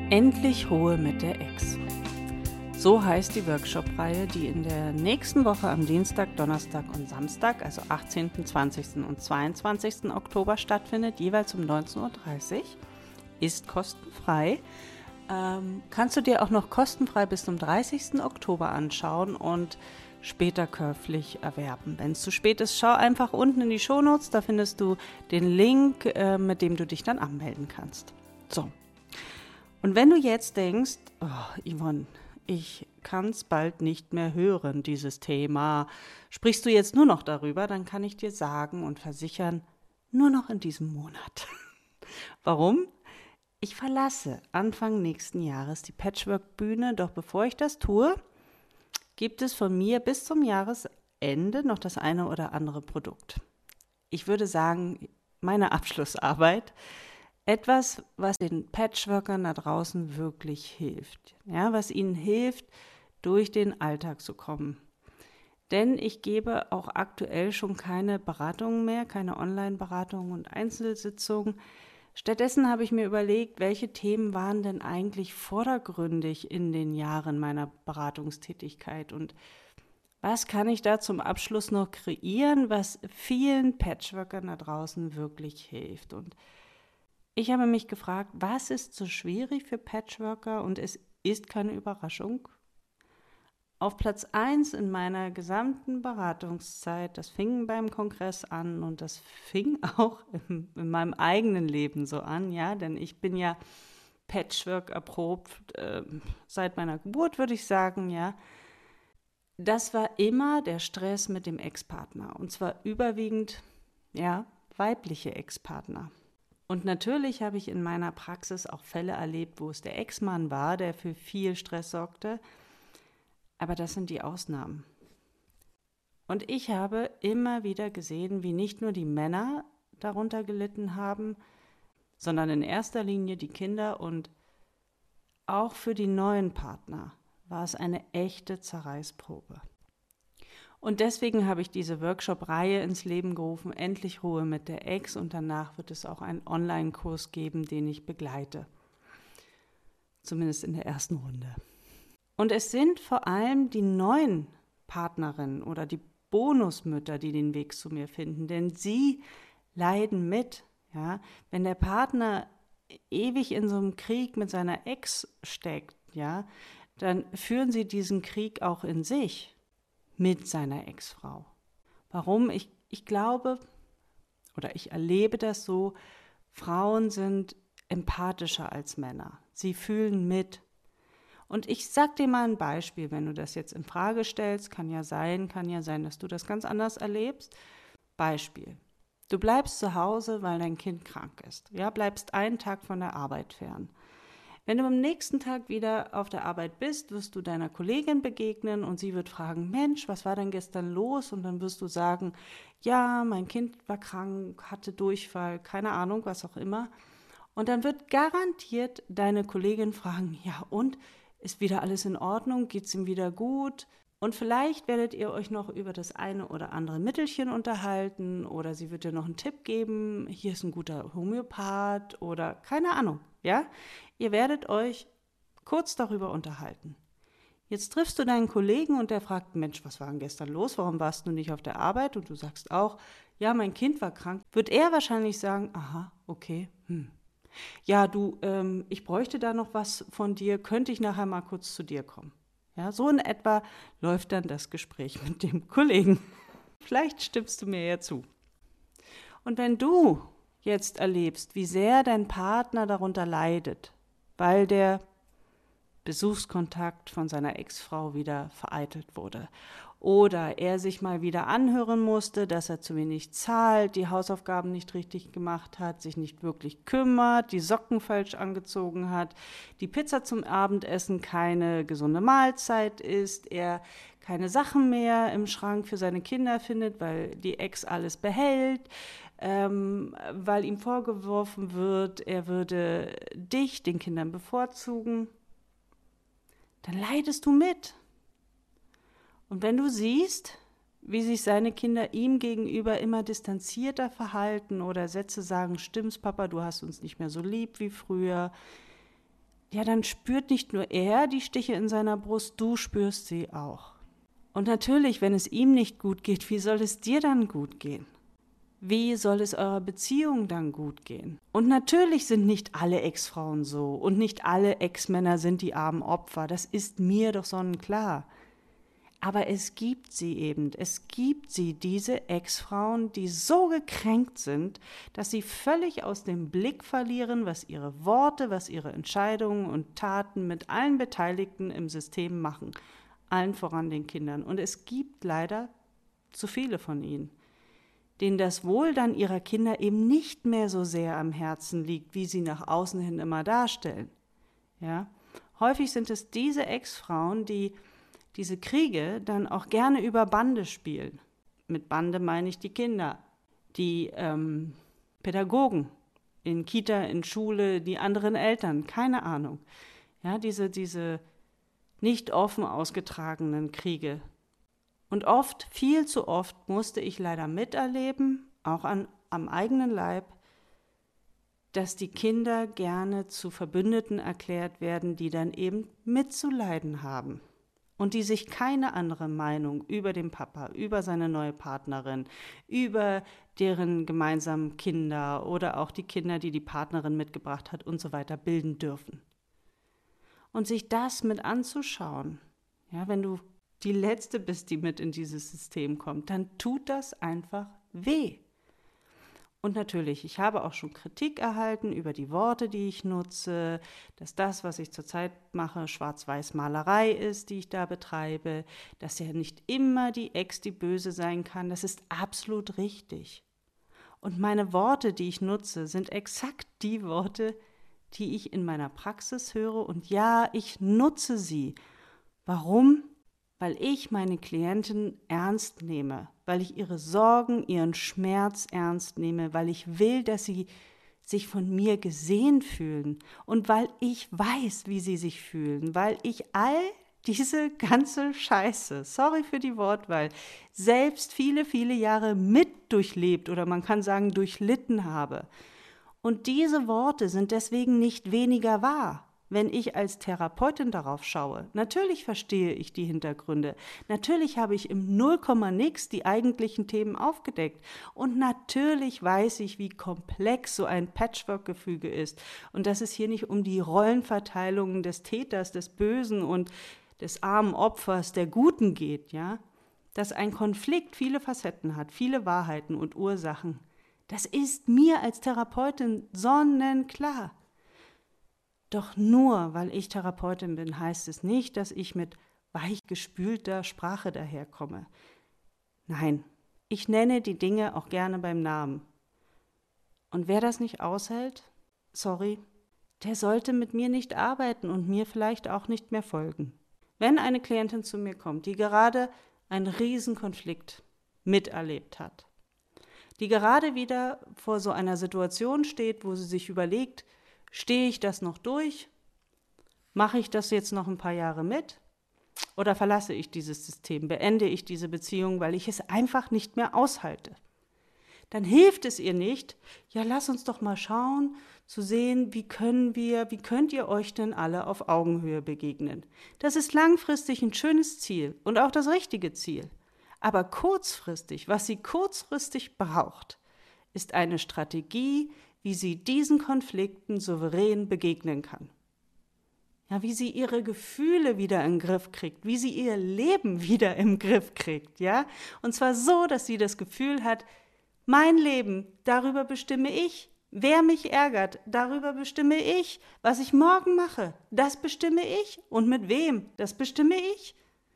Endlich Ruhe mit der Ex. So heißt die Workshop-Reihe, die in der nächsten Woche am Dienstag, Donnerstag und Samstag, also 18., 20. und 22. Oktober stattfindet, jeweils um 19:30 Uhr, ist kostenfrei. Kannst du dir auch noch kostenfrei bis zum 30. Oktober anschauen und später käuflich erwerben. Wenn es zu spät ist, schau einfach unten in die Shownotes, da findest du den Link, mit dem du dich dann anmelden kannst. So. Und wenn du jetzt denkst, oh, Yvonne, ich kann es bald nicht mehr hören, dieses Thema, sprichst du jetzt nur noch darüber, dann kann ich dir sagen und versichern, nur noch in diesem Monat. Warum? Ich verlasse Anfang nächsten Jahres die Patchwork-Bühne, doch bevor ich das tue, gibt es von mir bis zum Jahresende noch das eine oder andere Produkt. Ich würde sagen, meine Abschlussarbeit, etwas, was den Patchworkern da draußen wirklich hilft, ja, was ihnen hilft, durch den Alltag zu kommen. Denn ich gebe auch aktuell schon keine Beratungen mehr, keine Online-Beratungen und Einzelsitzungen. Stattdessen habe ich mir überlegt, welche Themen waren denn eigentlich vordergründig in den Jahren meiner Beratungstätigkeit und was kann ich da zum Abschluss noch kreieren, was vielen Patchworkern da draußen wirklich hilft. Und ich habe mich gefragt, was ist so schwierig für Patchworker und es ist keine Überraschung. Auf Platz 1 in meiner gesamten Beratungszeit, das fing beim Kongress an und das fing auch in meinem eigenen Leben so an, ja, denn ich bin ja Patchwork erprobt seit meiner Geburt, würde ich sagen, ja. Das war immer der Stress mit dem Ex-Partner und zwar überwiegend, ja, weibliche Ex-Partner. Und natürlich habe ich in meiner Praxis auch Fälle erlebt, wo es der Ex-Mann war, der für viel Stress sorgte. Aber das sind die Ausnahmen. Und ich habe immer wieder gesehen, wie nicht nur die Männer darunter gelitten haben, sondern in erster Linie die Kinder und auch für die neuen Partner war es eine echte Zerreißprobe. Und deswegen habe ich diese Workshop-Reihe ins Leben gerufen, Endlich Ruhe mit der Ex, und danach wird es auch einen Online-Kurs geben, den ich begleite. Zumindest in der ersten Runde. Und es sind vor allem die neuen Partnerinnen oder die Bonusmütter, die den Weg zu mir finden, denn sie leiden mit. Ja? Wenn der Partner ewig in so einem Krieg mit seiner Ex steckt, ja, dann führen sie diesen Krieg auch in sich mit seiner Ex-Frau. Warum? Ich glaube oder ich erlebe das so, Frauen sind empathischer als Männer. Sie fühlen mit. Und ich sag dir mal ein Beispiel, wenn du das jetzt in Frage stellst, kann ja sein, dass du das ganz anders erlebst. Beispiel. Du bleibst zu Hause, weil dein Kind krank ist. Ja, bleibst einen Tag von der Arbeit fern. Wenn du am nächsten Tag wieder auf der Arbeit bist, wirst du deiner Kollegin begegnen und sie wird fragen, Mensch, was war denn gestern los? Und dann wirst du sagen, ja, mein Kind war krank, hatte Durchfall, keine Ahnung, was auch immer. Und dann wird garantiert deine Kollegin fragen, ja und, ist wieder alles in Ordnung? Geht's ihm wieder gut? Und vielleicht werdet ihr euch noch über das eine oder andere Mittelchen unterhalten oder sie wird dir noch einen Tipp geben, hier ist ein guter Homöopath oder keine Ahnung, ja? Ihr werdet euch kurz darüber unterhalten. Jetzt triffst du deinen Kollegen und der fragt, Mensch, was war denn gestern los? Warum warst du nicht auf der Arbeit? Und du sagst auch, ja, mein Kind war krank. Wird er wahrscheinlich sagen, aha, okay, ja, du, ich bräuchte da noch was von dir, könnte ich nachher mal kurz zu dir kommen? Ja, so in etwa läuft dann das Gespräch mit dem Kollegen. Vielleicht stimmst du mir ja zu. Und wenn du jetzt erlebst, wie sehr dein Partner darunter leidet, weil der Besuchskontakt von seiner Ex-Frau wieder vereitelt wurde oder er sich mal wieder anhören musste, dass er zu wenig zahlt, die Hausaufgaben nicht richtig gemacht hat, sich nicht wirklich kümmert, die Socken falsch angezogen hat, die Pizza zum Abendessen keine gesunde Mahlzeit ist, er keine Sachen mehr im Schrank für seine Kinder findet, weil die Ex alles behält, weil ihm vorgeworfen wird, er würde dich den Kindern bevorzugen, dann leidest du mit. Und wenn du siehst, wie sich seine Kinder ihm gegenüber immer distanzierter verhalten oder Sätze sagen, stimmt's Papa, du hast uns nicht mehr so lieb wie früher, ja, dann spürt nicht nur er die Stiche in seiner Brust, du spürst sie auch. Und natürlich, wenn es ihm nicht gut geht, wie soll es dir dann gut gehen? Wie soll es eurer Beziehung dann gut gehen? Und natürlich sind nicht alle Ex-Frauen so und nicht alle Ex-Männer sind die armen Opfer, das ist mir doch sonnenklar. Aber es gibt sie eben, es gibt sie, diese Ex-Frauen, die so gekränkt sind, dass sie völlig aus dem Blick verlieren, was ihre Worte, was ihre Entscheidungen und Taten mit allen Beteiligten im System machen, allen voran den Kindern. Und es gibt leider zu viele von ihnen, denen das Wohl dann ihrer Kinder eben nicht mehr so sehr am Herzen liegt, wie sie nach außen hin immer darstellen. Ja? Häufig sind es diese Ex-Frauen, die diese Kriege dann auch gerne über Bande spielen. Mit Bande meine ich die Kinder, die Pädagogen in Kita, in Schule, die anderen Eltern, keine Ahnung. Ja, diese nicht offen ausgetragenen Kriege. Und oft, viel zu oft, musste ich leider miterleben, auch am eigenen Leib, dass die Kinder gerne zu Verbündeten erklärt werden, die dann eben mitzuleiden haben. Und die sich keine andere Meinung über den Papa, über seine neue Partnerin, über deren gemeinsamen Kinder oder auch die Kinder, die die Partnerin mitgebracht hat und so weiter bilden dürfen. Und sich das mit anzuschauen, ja, wenn du die Letzte bist, die mit in dieses System kommt, dann tut das einfach weh. Und natürlich, ich habe auch schon Kritik erhalten über die Worte, die ich nutze, dass das, was ich zurzeit mache, Schwarz-Weiß-Malerei ist, die ich da betreibe, dass ja nicht immer die Ex die Böse sein kann. Das ist absolut richtig. Und meine Worte, die ich nutze, sind exakt die Worte, die ich in meiner Praxis höre. Und ja, ich nutze sie. Warum? Weil ich meine Klienten ernst nehme, weil ich ihre Sorgen, ihren Schmerz ernst nehme, weil ich will, dass sie sich von mir gesehen fühlen und weil ich weiß, wie sie sich fühlen, weil ich all diese ganze Scheiße, sorry für die Wortwahl, selbst viele, viele Jahre mit durchlebt oder man kann sagen durchlitten habe. Und diese Worte sind deswegen nicht weniger wahr. Wenn ich als Therapeutin darauf schaue, natürlich verstehe ich die Hintergründe, natürlich habe ich im Nullkomma-Nix die eigentlichen Themen aufgedeckt und natürlich weiß ich, wie komplex so ein Patchwork-Gefüge ist und dass es hier nicht um die Rollenverteilung des Täters, des Bösen und des armen Opfers, der Guten geht, ja, dass ein Konflikt viele Facetten hat, viele Wahrheiten und Ursachen. Das ist mir als Therapeutin sonnenklar. Doch nur, weil ich Therapeutin bin, heißt es nicht, dass ich mit weichgespülter Sprache daherkomme. Nein, ich nenne die Dinge auch gerne beim Namen. Und wer das nicht aushält, sorry, der sollte mit mir nicht arbeiten und mir vielleicht auch nicht mehr folgen. Wenn eine Klientin zu mir kommt, die gerade einen Riesenkonflikt miterlebt hat, die gerade wieder vor so einer Situation steht, wo sie sich überlegt, stehe ich das noch durch? Mache ich das jetzt noch ein paar Jahre mit? Oder verlasse ich dieses System? Beende ich diese Beziehung, weil ich es einfach nicht mehr aushalte? Dann hilft es ihr nicht, ja, lass uns doch mal schauen, zu sehen, wie könnt ihr euch denn alle auf Augenhöhe begegnen? Das ist langfristig ein schönes Ziel und auch das richtige Ziel. Aber kurzfristig, was sie kurzfristig braucht, ist eine Strategie, wie sie diesen Konflikten souverän begegnen kann. Ja, wie sie ihre Gefühle wieder in den Griff kriegt, wie sie ihr Leben wieder im Griff kriegt, ja? Und zwar so, dass sie das Gefühl hat, mein Leben, darüber bestimme ich. Wer mich ärgert, darüber bestimme ich. Was ich morgen mache, das bestimme ich. Und mit wem, das bestimme ich.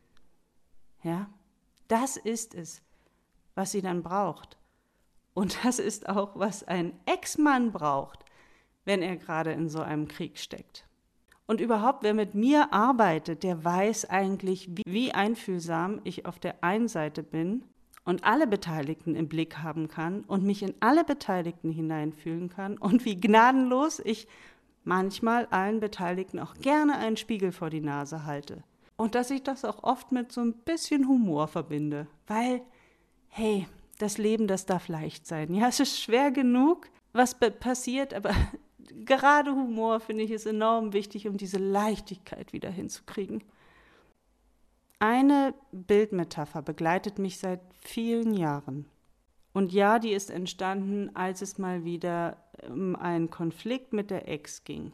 Ja, das ist es, was sie dann braucht. Und das ist auch, was ein Ex-Mann braucht, wenn er gerade in so einem Krieg steckt. Und überhaupt, wer mit mir arbeitet, der weiß eigentlich, wie einfühlsam ich auf der einen Seite bin und alle Beteiligten im Blick haben kann und mich in alle Beteiligten hineinfühlen kann und wie gnadenlos ich manchmal allen Beteiligten auch gerne einen Spiegel vor die Nase halte. Und dass ich das auch oft mit so ein bisschen Humor verbinde, weil, hey, das Leben, das darf leicht sein. Ja, es ist schwer genug, was passiert, aber gerade Humor finde ich ist enorm wichtig, um diese Leichtigkeit wieder hinzukriegen. Eine Bildmetapher begleitet mich seit vielen Jahren. Und ja, die ist entstanden, als es mal wieder um einen Konflikt mit der Ex ging.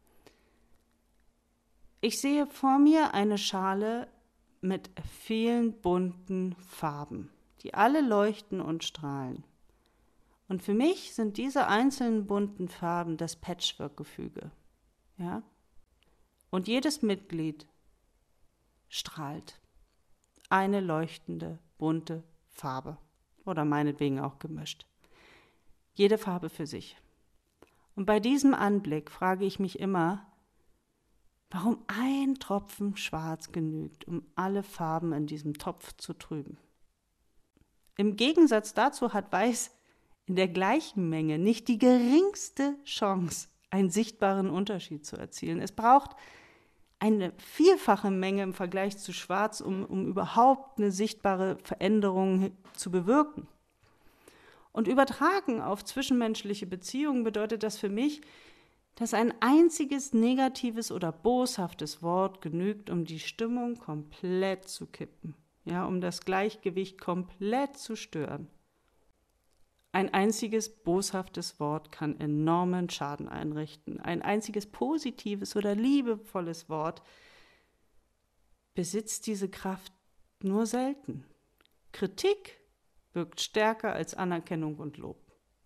Ich sehe vor mir eine Schale mit vielen bunten Farben, die alle leuchten und strahlen. Und für mich sind diese einzelnen bunten Farben das Patchwork-Gefüge. Ja? Und jedes Mitglied strahlt eine leuchtende, bunte Farbe. Oder meinetwegen auch gemischt. Jede Farbe für sich. Und bei diesem Anblick frage ich mich immer, warum ein Tropfen Schwarz genügt, um alle Farben in diesem Topf zu trüben. Im Gegensatz dazu hat Weiß in der gleichen Menge nicht die geringste Chance, einen sichtbaren Unterschied zu erzielen. Es braucht eine vielfache Menge im Vergleich zu Schwarz, um überhaupt eine sichtbare Veränderung zu bewirken. Und übertragen auf zwischenmenschliche Beziehungen bedeutet das für mich, dass ein einziges negatives oder boshaftes Wort genügt, um die Stimmung komplett zu kippen, ja, um das Gleichgewicht komplett zu stören. Ein einziges boshaftes Wort kann enormen Schaden einrichten. Ein einziges positives oder liebevolles Wort besitzt diese Kraft nur selten. Kritik wirkt stärker als Anerkennung und Lob.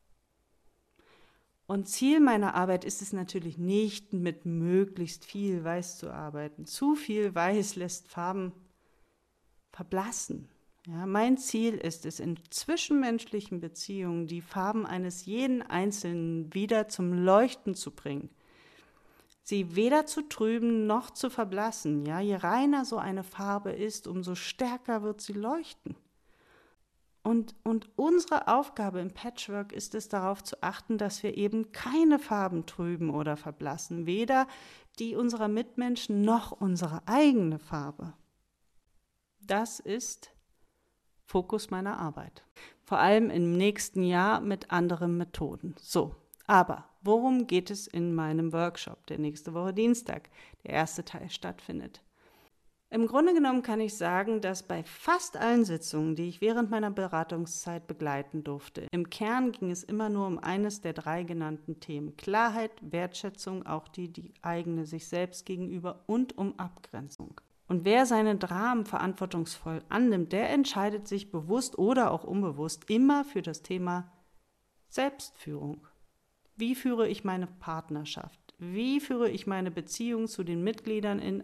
Und Ziel meiner Arbeit ist es natürlich nicht, mit möglichst viel Weiß zu arbeiten. Zu viel Weiß lässt Farben verblassen. Ja, mein Ziel ist es, in zwischenmenschlichen Beziehungen die Farben eines jeden Einzelnen wieder zum Leuchten zu bringen. Sie weder zu trüben noch zu verblassen. Ja, je reiner so eine Farbe ist, umso stärker wird sie leuchten. Und unsere Aufgabe im Patchwork ist es, darauf zu achten, dass wir eben keine Farben trüben oder verblassen, weder die unserer Mitmenschen noch unsere eigene Farbe. Das ist Fokus meiner Arbeit. Vor allem im nächsten Jahr mit anderen Methoden. So, aber worum geht es in meinem Workshop, der nächste Woche Dienstag, der erste Teil stattfindet? Im Grunde genommen kann ich sagen, dass bei fast allen Sitzungen, die ich während meiner Beratungszeit begleiten durfte, im Kern ging es immer nur um eines der 3 genannten Themen: Klarheit, Wertschätzung, auch die eigene sich selbst gegenüber, und um Abgrenzung. Und wer seine Dramen verantwortungsvoll annimmt, der entscheidet sich bewusst oder auch unbewusst immer für das Thema Selbstführung. Wie führe ich meine Partnerschaft? Wie führe ich meine Beziehung zu den Mitgliedern in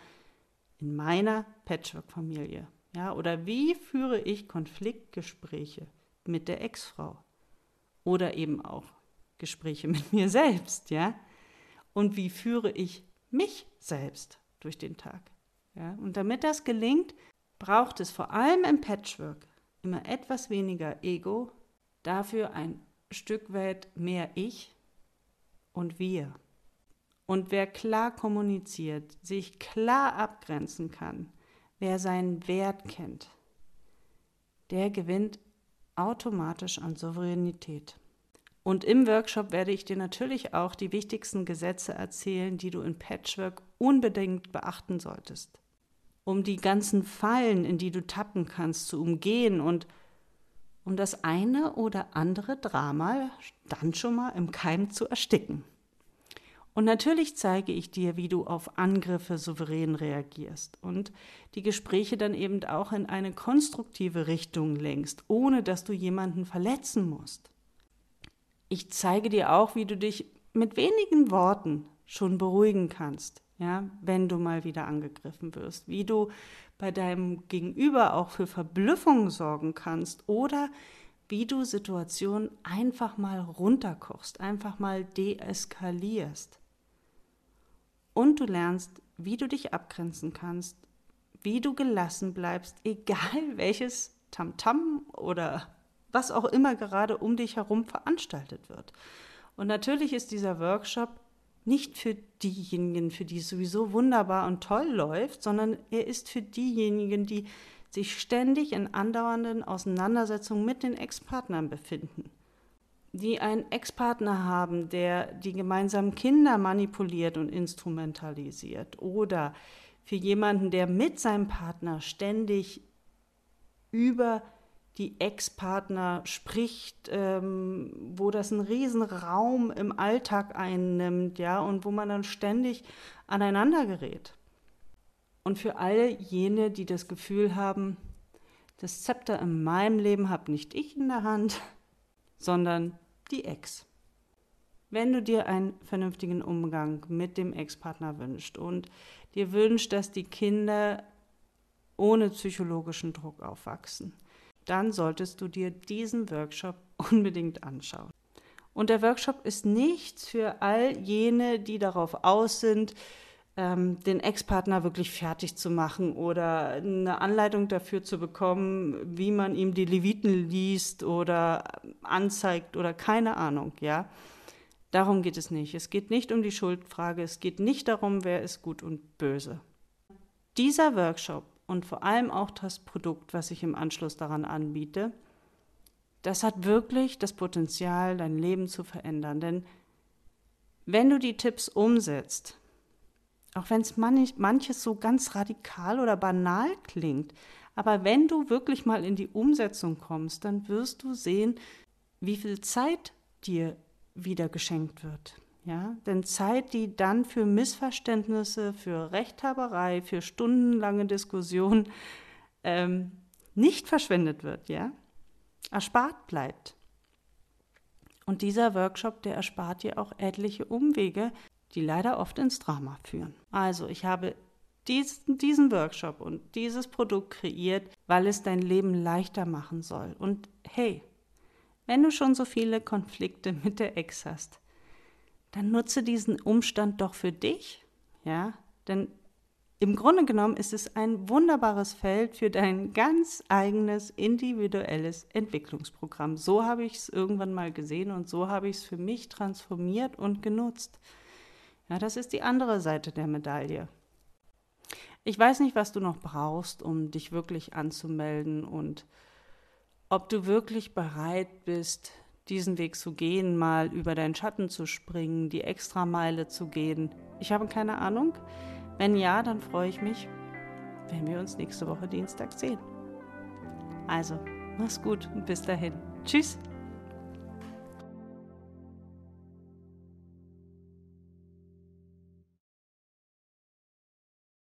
meiner Patchwork-Familie? Ja, oder wie führe ich Konfliktgespräche mit der Ex-Frau? Oder eben auch Gespräche mit mir selbst, ja? Und wie führe ich mich selbst durch den Tag? Ja, und damit das gelingt, braucht es vor allem im Patchwork immer etwas weniger Ego, dafür ein Stück weit mehr Ich und wir. Und wer klar kommuniziert, sich klar abgrenzen kann, wer seinen Wert kennt, der gewinnt automatisch an Souveränität. Und im Workshop werde ich dir natürlich auch die wichtigsten Gesetze erzählen, die du in Patchwork unbedingt beachten solltest, um die ganzen Fallen, in die du tappen kannst, zu umgehen und um das eine oder andere Drama dann schon mal im Keim zu ersticken. Und natürlich zeige ich dir, wie du auf Angriffe souverän reagierst und die Gespräche dann eben auch in eine konstruktive Richtung lenkst, ohne dass du jemanden verletzen musst. Ich zeige dir auch, wie du dich mit wenigen Worten schon beruhigen kannst, ja, wenn du mal wieder angegriffen wirst, wie du bei deinem Gegenüber auch für Verblüffung sorgen kannst oder wie du Situationen einfach mal runterkochst, einfach mal deeskalierst. Und du lernst, wie du dich abgrenzen kannst, wie du gelassen bleibst, egal welches Tamtam oder was auch immer gerade um dich herum veranstaltet wird. Und natürlich ist dieser Workshop nicht für diejenigen, für die es sowieso wunderbar und toll läuft, sondern er ist für diejenigen, die sich ständig in andauernden Auseinandersetzungen mit den Ex-Partnern befinden. die einen Ex-Partner haben, der die gemeinsamen Kinder manipuliert und instrumentalisiert, oder für jemanden, der mit seinem Partner ständig über die Ex-Partner spricht, wo das einen riesen Raum im Alltag einnimmt, ja, und wo man dann ständig aneinander gerät. Und für all jene, die das Gefühl haben, das Zepter in meinem Leben habe nicht ich in der Hand, sondern die Ex. Wenn du dir einen vernünftigen Umgang mit dem Ex-Partner wünschst und dir wünschst, dass die Kinder ohne psychologischen Druck aufwachsen, dann solltest du dir diesen Workshop unbedingt anschauen. Und der Workshop ist nichts für all jene, die darauf aus sind, den Ex-Partner wirklich fertig zu machen oder eine Anleitung dafür zu bekommen, wie man ihm die Leviten liest oder anzeigt oder keine Ahnung, ja. Darum geht es nicht. Es geht nicht um die Schuldfrage, es geht nicht darum, wer ist gut und böse. Dieser Workshop und vor allem auch das Produkt, was ich im Anschluss daran anbiete, das hat wirklich das Potenzial, dein Leben zu verändern. Denn wenn du die Tipps umsetzt, auch wenn es manches so ganz radikal oder banal klingt, aber wenn du wirklich mal in die Umsetzung kommst, dann wirst du sehen, wie viel Zeit dir wieder geschenkt wird. Ja? Denn Zeit, die dann für Missverständnisse, für Rechthaberei, für stundenlange Diskussionen nicht verschwendet wird, ja? Erspart bleibt. Und dieser Workshop, der erspart dir auch etliche Umwege, die leider oft ins Drama führen. Also ich habe diesen Workshop und dieses Produkt kreiert, weil es dein Leben leichter machen soll. Und hey, wenn du schon so viele Konflikte mit der Ex hast, dann nutze diesen Umstand doch für dich, ja? Denn im Grunde genommen ist es ein wunderbares Feld für dein ganz eigenes individuelles Entwicklungsprogramm. So habe ich es irgendwann mal gesehen und so habe ich es für mich transformiert und genutzt. Ja, das ist die andere Seite der Medaille. Ich weiß nicht, was du noch brauchst, um dich wirklich anzumelden und ob du wirklich bereit bist, diesen Weg zu gehen, mal über deinen Schatten zu springen, die Extrameile zu gehen. Ich habe keine Ahnung. Wenn ja, dann freue ich mich, wenn wir uns nächste Woche Dienstag sehen. Also, mach's gut und bis dahin. Tschüss.